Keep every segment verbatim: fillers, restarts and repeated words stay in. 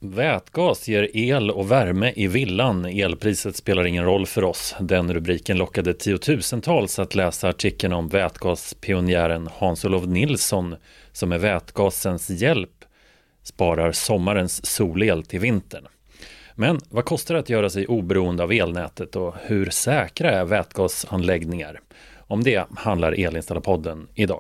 Vätgas ger el och värme i villan. Elpriset spelar ingen roll för oss. Den rubriken lockade tiotusentals att läsa artikeln om vätgaspionjären Hans-Olof Nilsson som med vätgasens hjälp sparar sommarens solel till vintern. Men vad kostar det att göra sig oberoende av elnätet och hur säkra är vätgasanläggningar? Om det handlar Elinstallarpodden idag.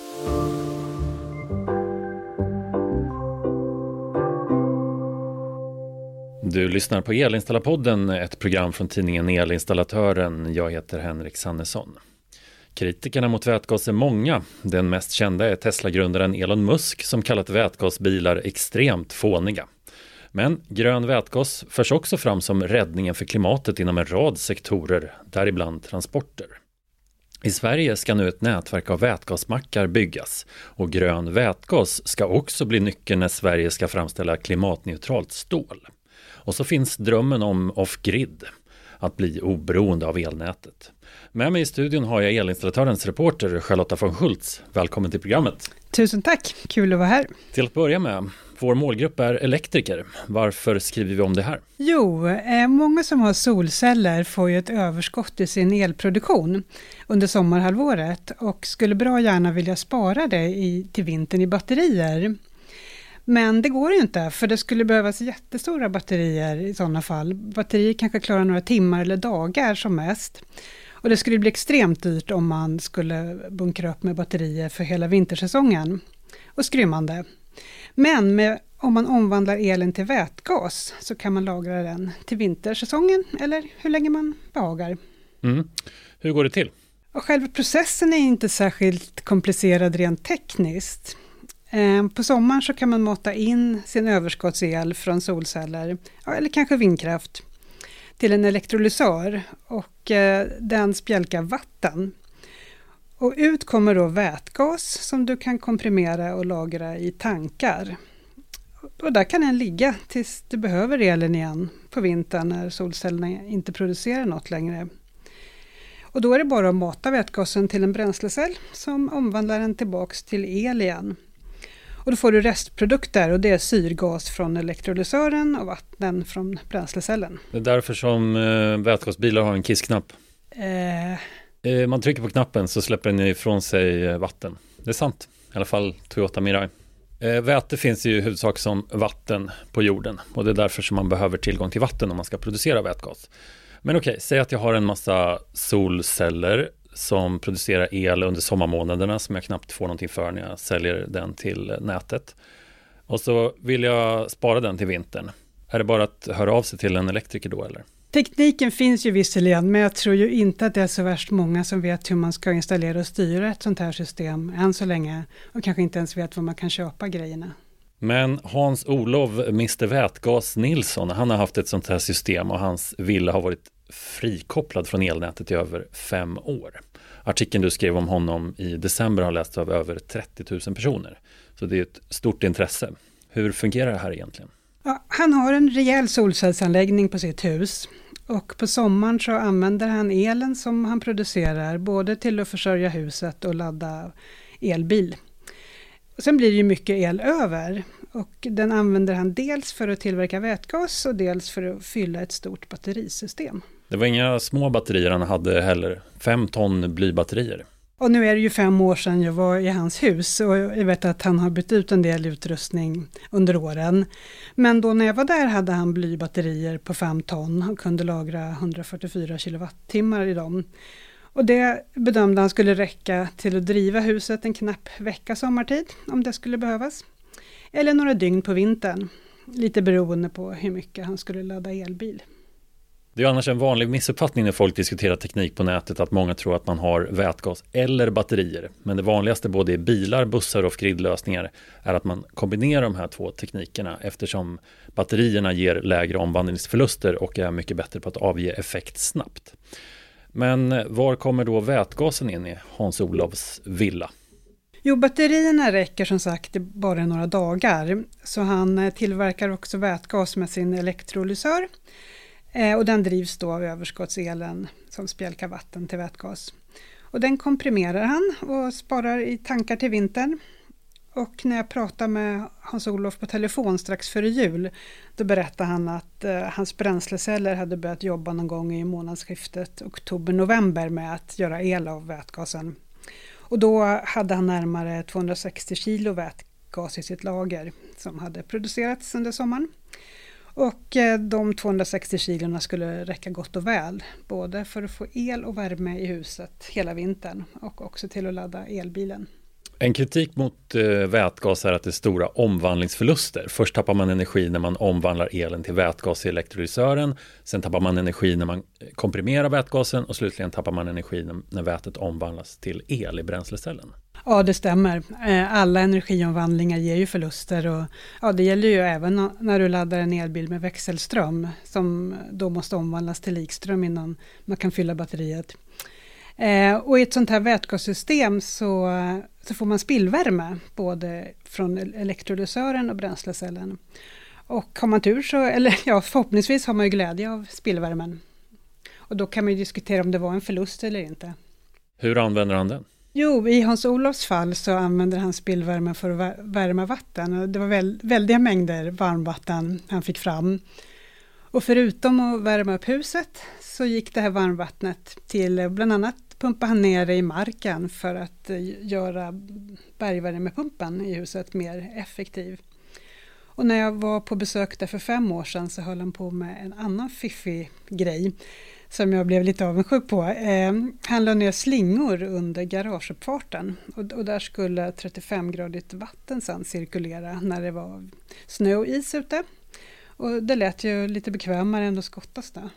Du lyssnar på Elinstallarpodden, ett program från tidningen Elinstallatören. Jag heter Henrik Sannesson. Kritikerna mot vätgas är många. Den mest kända är Tesla-grundaren Elon Musk som kallat vätgasbilar extremt fåniga. Men grön vätgas förs också fram som räddningen för klimatet inom en rad sektorer, däribland transporter. I Sverige ska nu ett nätverk av vätgasmackar byggas och grön vätgas ska också bli nyckeln när Sverige ska framställa klimatneutralt stål. Och så finns drömmen om off-grid, att bli oberoende av elnätet. Med mig i studion har jag Elinstallatörens reporter Charlotta von Schultz. Välkommen till programmet. Tusen tack, kul att vara här. Till att börja med, vår målgrupp är elektriker. Varför skriver vi om det här? Jo, eh, många som har solceller får ju ett överskott i sin elproduktion under sommarhalvåret och skulle bra gärna vilja spara det i, till vintern i batterier. Men det går ju inte, för det skulle behövas jättestora batterier i sådana fall. Batterier kanske klarar några timmar eller dagar som mest. Och det skulle bli extremt dyrt om man skulle bunkra upp med batterier för hela vintersäsongen. Och skrymmande. Men med, om man omvandlar elen till vätgas så kan man lagra den till vintersäsongen eller hur länge man behagar. Mm. Hur går det till? Och själva processen är inte särskilt komplicerad rent tekniskt. På sommaren så kan man mata in sin överskottsel från solceller eller kanske vindkraft till en elektrolysör och den spjälkar vatten. Och ut kommer då vätgas som du kan komprimera och lagra i tankar. Och där kan den ligga tills du behöver elen igen på vintern när solcellerna inte producerar något längre. Och då är det bara att mata vätgasen till en bränslecell som omvandlar den tillbaks till el igen. Och då får du restprodukter och det är syrgas från elektrolysören och vatten från bränslecellen. Det är därför som eh, vätgasbilar har en kissknapp. Eh. Eh, man trycker på knappen så släpper den ifrån sig vatten. Det är sant, i alla fall Toyota Mirai. Eh, väte finns ju i huvudsak som vatten på jorden och det är därför som man behöver tillgång till vatten om man ska producera vätgas. Men okej, säg att jag har en massa solceller som producerar el under sommarmånaderna som jag knappt får någonting för när jag säljer den till nätet. Och så vill jag spara den till vintern. Är det bara att höra av sig till en elektriker då eller? Tekniken finns ju visserligen, men jag tror ju inte att det är så värst många som vet hur man ska installera och styra ett sånt här system än så länge och kanske inte ens vet var man kan köpa grejerna. Men Hans-Olof mister Vätgas Nilsson, han har haft ett sånt här system och hans villa har varit frikopplad från elnätet i över fem år. Artikeln du skrev om honom i december har lästs av över trettio tusen personer. Så det är ett stort intresse. Hur fungerar det här egentligen? Ja, han har en rejäl solcellsanläggning på sitt hus. Och på sommaren så använder han elen som han producerar både till att försörja huset och ladda elbil. Och sen blir det ju mycket el över. Och den använder han dels för att tillverka vätgas och dels för att fylla ett stort batterisystem. Det var inga små batterier han hade heller. Fem ton blybatterier. Och nu är det ju fem år sedan jag var i hans hus och jag vet att han har bytt ut en del utrustning under åren. Men då när jag var där hade han blybatterier på fem ton och kunde lagra hundrafyrtiofyra kilowattimmar i dem. Och det bedömde han skulle räcka till att driva huset en knapp vecka sommartid om det skulle behövas. Eller några dygn på vintern, lite beroende på hur mycket han skulle ladda elbil. Det är annars en vanlig missuppfattning när folk diskuterar teknik på nätet att många tror att man har vätgas eller batterier. Men det vanligaste både i bilar, bussar och off-grid-lösningar är att man kombinerar de här två teknikerna eftersom batterierna ger lägre omvandlingsförluster och är mycket bättre på att avge effekt snabbt. Men var kommer då vätgasen in i Hans-Olofs villa? Jo, batterierna räcker som sagt bara några dagar. Så han tillverkar också vätgas med sin elektrolysör. Och den drivs då av överskottselen som spjälkar vatten till vätgas. Och den komprimerar han och sparar i tankar till vintern. Och när jag pratade med Hans-Olof på telefon strax före jul, då berättade han att eh, hans bränsleceller hade börjat jobba någon gång i månadsskiftet oktober-november med att göra el av vätgasen. Och då hade han närmare tvåhundrasextio kilo vätgas i sitt lager som hade producerats under sommaren. Och eh, de tvåhundrasextio kilorna skulle räcka gott och väl, både för att få el och värme i huset hela vintern och också till att ladda elbilen. En kritik mot eh, vätgas är att det är stora omvandlingsförluster. Först tappar man energi när man omvandlar elen till vätgas i elektrolysören. Sen tappar man energi när man komprimerar vätgasen och slutligen tappar man energi när, när vätet omvandlas till el i bränslecellen. Ja, det stämmer. Alla energiomvandlingar ger ju förluster och ja, det gäller ju även när du laddar en elbil med växelström som då måste omvandlas till likström innan man kan fylla batteriet. Eh, och i ett sånt här vätgassystem så, så får man spillvärme både från elektrolysören och bränslecellen. Och har man tur så, eller ja, förhoppningsvis har man ju glädje av spillvärmen. Och då kan man ju diskutera om det var en förlust eller inte. Hur använder han den? Jo, i Hans-Olofs fall så använder han spillvärme för att värma vatten. Och det var väl, väldiga mängder varmvatten han fick fram. Och förutom att värma upp huset så gick det här varmvattnet till bland annat pumpa han ner det i marken för att göra bergvärmepumpen i huset mer effektiv. Och när jag var på besök där för fem år sedan så höll han på med en annan fiffig grej som jag blev lite avundsjuk på. Eh, han la ner slingor under garageuppfarten och, och där skulle trettiofem-gradigt vatten sedan cirkulera när det var snö och is ute. Och det lät ju lite bekvämare än att skottas där.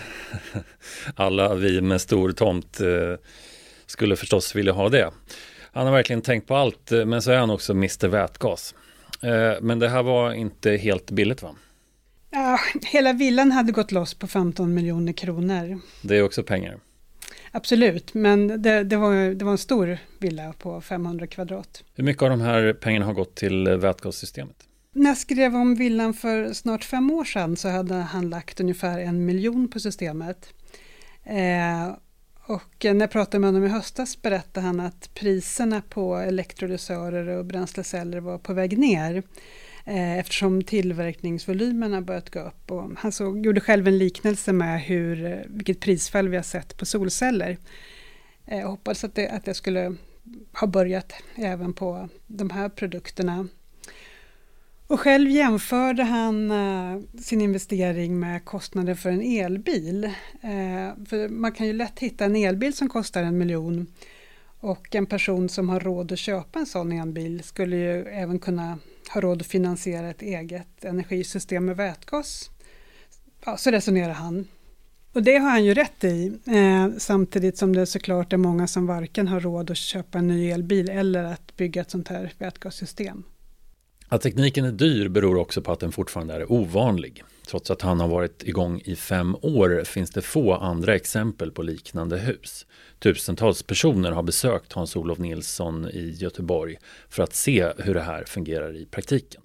Alla vi med stor tomt eh, skulle förstås vilja ha det. Han har verkligen tänkt på allt, men så är han också mister Vätgas. Eh, men det här var inte helt billigt, va? Ja, hela villan hade gått loss på femton miljoner kronor. Det är också pengar. Absolut, men det, det, var, det var en stor villa på femhundra kvadrat. Hur mycket av de här pengarna har gått till vätgassystemet? När jag skrev om villan för snart fem år sedan så hade han lagt ungefär en miljon på systemet. Eh, och när jag pratade med honom i höstas berättade han att priserna på elektrolysörer och bränsleceller var på väg ner. Eh, eftersom tillverkningsvolymerna börjat gå upp. Och han såg, gjorde själv en liknelse med hur, vilket prisfall vi har sett på solceller. Eh, jag hoppades att det, att det skulle ha börjat även på de här produkterna. Och själv jämförde han uh, sin investering med kostnaden för en elbil. Uh, för man kan ju lätt hitta en elbil som kostar en miljon. Och en person som har råd att köpa en sån elbil skulle ju även kunna ha råd att finansiera ett eget energisystem med vätgas. Ja, så resonerar han. Och det har han ju rätt i. Uh, samtidigt som det såklart är många som varken har råd att köpa en ny elbil eller att bygga ett sånt här vätgassystem. Att tekniken är dyr beror också på att den fortfarande är ovanlig. Trots att han har varit igång i fem år finns det få andra exempel på liknande hus. Tusentals personer har besökt Hans-Olof Nilsson i Göteborg för att se hur det här fungerar i praktiken.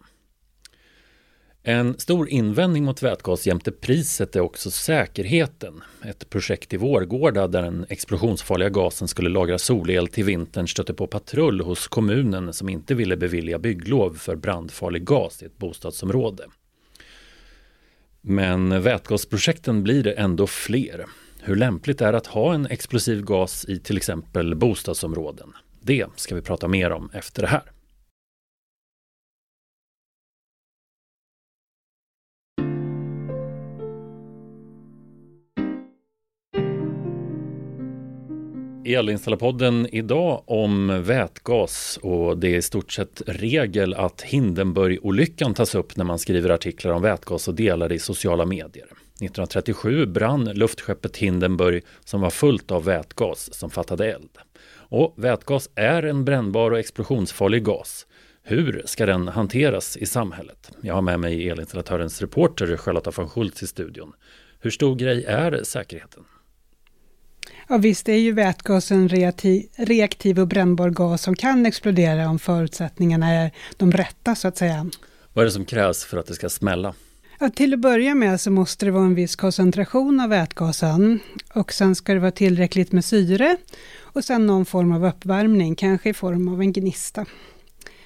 En stor invändning mot vätgas jämte priset är också säkerheten. Ett projekt i Vårgårda där den explosionsfarliga gasen skulle lagra solel till vintern stötte på patrull hos kommunen som inte ville bevilja bygglov för brandfarlig gas i ett bostadsområde. Men vätgasprojekten blir det ändå fler. Hur lämpligt är att ha en explosiv gas i till exempel bostadsområden? Det ska vi prata mer om efter det här. Elinstallarpodden idag om vätgas, och det är i stort sett regel att Hindenburg-olyckan tas upp när man skriver artiklar om vätgas och delar det i sociala medier. nittonhundratrettiosju brann luftskeppet Hindenburg som var fullt av vätgas som fattade eld. Och vätgas är en brännbar och explosionsfarlig gas. Hur ska den hanteras i samhället? Jag har med mig elinstallatörens reporter Charlotta von Schultz i studion. Hur stor grej är säkerheten? Ja, visst är ju vätgas en reaktiv, reaktiv och brännbar gas som kan explodera om förutsättningarna är de rätta så att säga. Vad är det som krävs för att det ska smälla? Ja, till att börja med så måste det vara en viss koncentration av vätgasen och sen ska det vara tillräckligt med syre och sen någon form av uppvärmning, kanske i form av en gnista.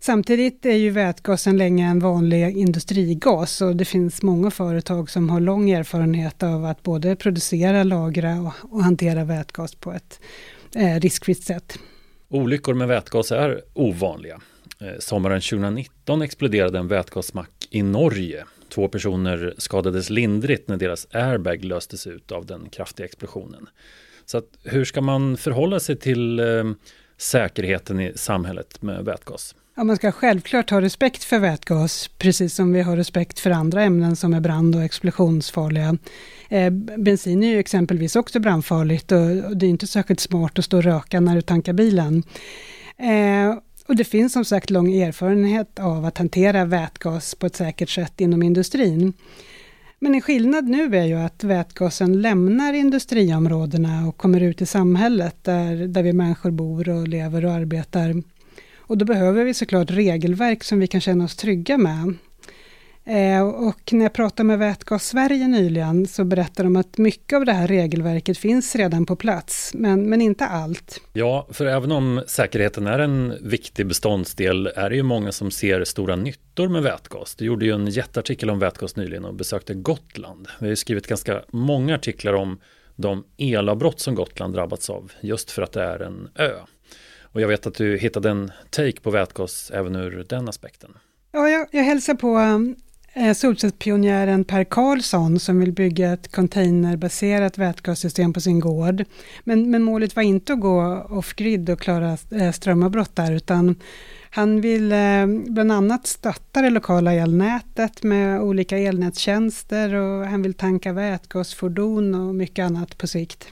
Samtidigt är ju vätgasen länge en vanlig industrigas och det finns många företag som har lång erfarenhet av att både producera, lagra och, och hantera vätgas på ett eh, riskfritt sätt. Olyckor med vätgas är ovanliga. Eh, sommaren tjugonitton exploderade en vätgasmack i Norge. Två personer skadades lindrigt när deras airbag löstes ut av den kraftiga explosionen. Så att, hur ska man förhålla sig till eh, säkerheten i samhället med vätgas? Ja, man ska självklart ha respekt för vätgas, precis som vi har respekt för andra ämnen som är brand- och explosionsfarliga. Eh, bensin är ju exempelvis också brandfarligt och, och det är inte särskilt smart att stå och röka när du tankar bilen. Eh, och det finns som sagt lång erfarenhet av att hantera vätgas på ett säkert sätt inom industrin. Men en skillnad nu är ju att vätgasen lämnar industriområdena och kommer ut i samhället där, där vi människor bor och lever och arbetar. Och då behöver vi såklart regelverk som vi kan känna oss trygga med. Eh, och när jag pratade med Vätgas Sverige nyligen så berättade de att mycket av det här regelverket finns redan på plats, men, men inte allt. Ja, för även om säkerheten är en viktig beståndsdel är det ju många som ser stora nyttor med vätgas. Du gjorde ju en jätteartikel om vätgas nyligen och besökte Gotland. Vi har ju skrivit ganska många artiklar om de elavbrott som Gotland drabbats av just för att det är en ö. Och jag vet att du hittade en take på vätgas även ur den aspekten. Ja, jag, jag hälsar på eh, solcellspionjären Per Karlsson som vill bygga ett containerbaserat vätgassystem på sin gård. Men, men målet var inte att gå off-grid och klara eh, strömavbrott där, utan han vill eh, bland annat stötta det lokala elnätet med olika elnätstjänster och han vill tanka vätgasfordon och mycket annat på sikt.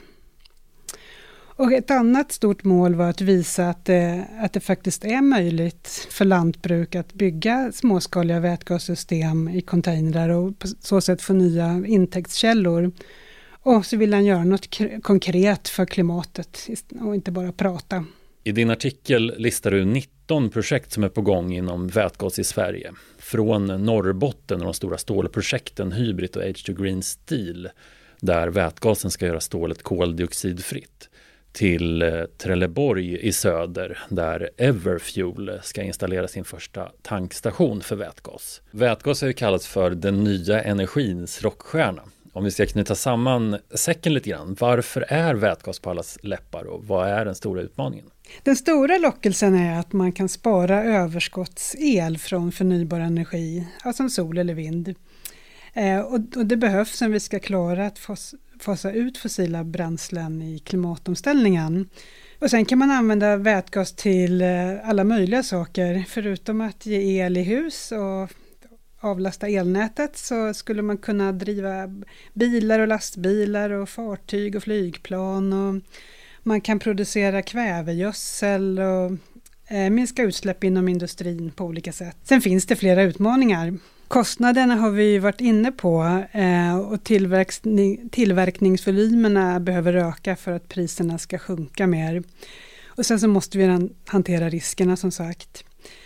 Och ett annat stort mål var att visa att det, att det faktiskt är möjligt för lantbruk att bygga småskaliga vätgassystem i containrar och på så sätt få nya intäktskällor. Och så vill han göra något k- konkret för klimatet och inte bara prata. I din artikel listar du nitton projekt som är på gång inom vätgas i Sverige. Från Norrbotten och de stora stålprojekten Hybrid och H två Green Steel där vätgasen ska göra stålet koldioxidfritt, till Trelleborg i söder där Everfuel ska installera sin första tankstation för vätgas. Vätgas har ju kallats för den nya energins rockstjärna. Om vi ska knyta samman säcken lite grann, varför är vätgas på allas läppar och vad är den stora utmaningen? Den stora lockelsen är att man kan spara överskottsel från förnybar energi, alltså sol eller vind. Eh, och, och det behövs om vi ska klara att fas, fasa ut fossila bränslen i klimatomställningen. Och sen kan man använda vätgas till eh, alla möjliga saker. Förutom att ge el i hus och avlasta elnätet så skulle man kunna driva bilar och lastbilar och fartyg och flygplan. Och man kan producera kvävegödsel och eh, minska utsläpp inom industrin på olika sätt. Sen finns det flera utmaningar. Kostnaderna har vi varit inne på eh, och tillverkning, tillverkningsvolymerna behöver öka för att priserna ska sjunka mer. Och sen så måste vi hantera riskerna som sagt.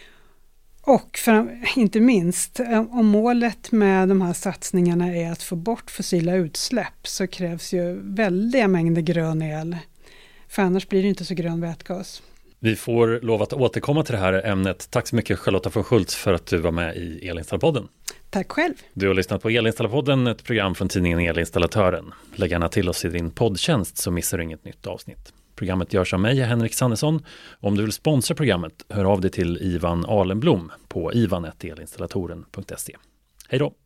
Och för, inte minst, om målet med de här satsningarna är att få bort fossila utsläpp så krävs ju väldiga mängder grön el. För annars blir det inte så grön vätgas. Vi får lov att återkomma till det här ämnet. Tack så mycket Charlotta von Schultz för att du var med i Elinstallepodden. Tack själv. Du har lyssnat på Elinstallepodden, ett program från tidningen Elinstallatören. Lägg gärna till oss i din poddtjänst så missar du inget nytt avsnitt. Programmet görs av mig, Henrik Sannesson. Om du vill sponsra programmet, hör av dig till Ivan Alenblom på ivan snabel-a elinstallatoren punkt se. Hej då!